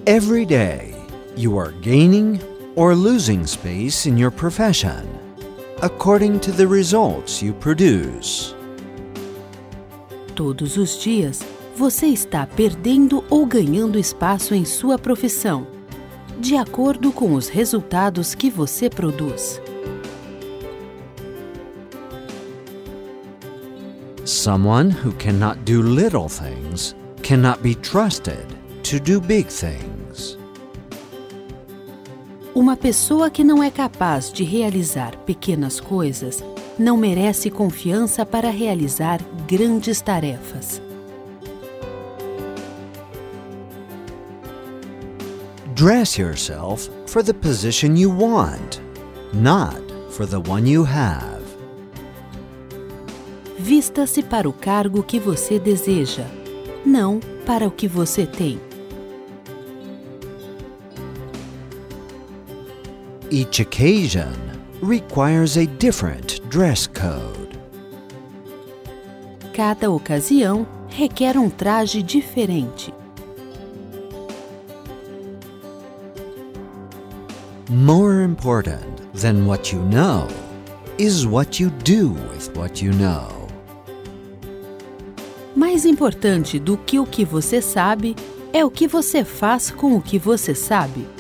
Every day, you are gaining or losing space in your profession, according to the results you produce. Todos os dias, você está perdendo ou ganhando espaço em sua profissão, de acordo com os resultados que você produz. Someone who cannot do little things cannot be trusted to do big things. Uma pessoa que não é capaz de realizar pequenas coisas não merece confiança para realizar grandes tarefas. Dress yourself for the position you want, not for the one you have. Vista-se para o cargo que você deseja, não para o que você tem. Each occasion requires a different dress code. Cada ocasião requer um traje diferente. More important than what you know is what you do with what you know. Mais importante do que o que você sabe é o que você faz com o que você sabe.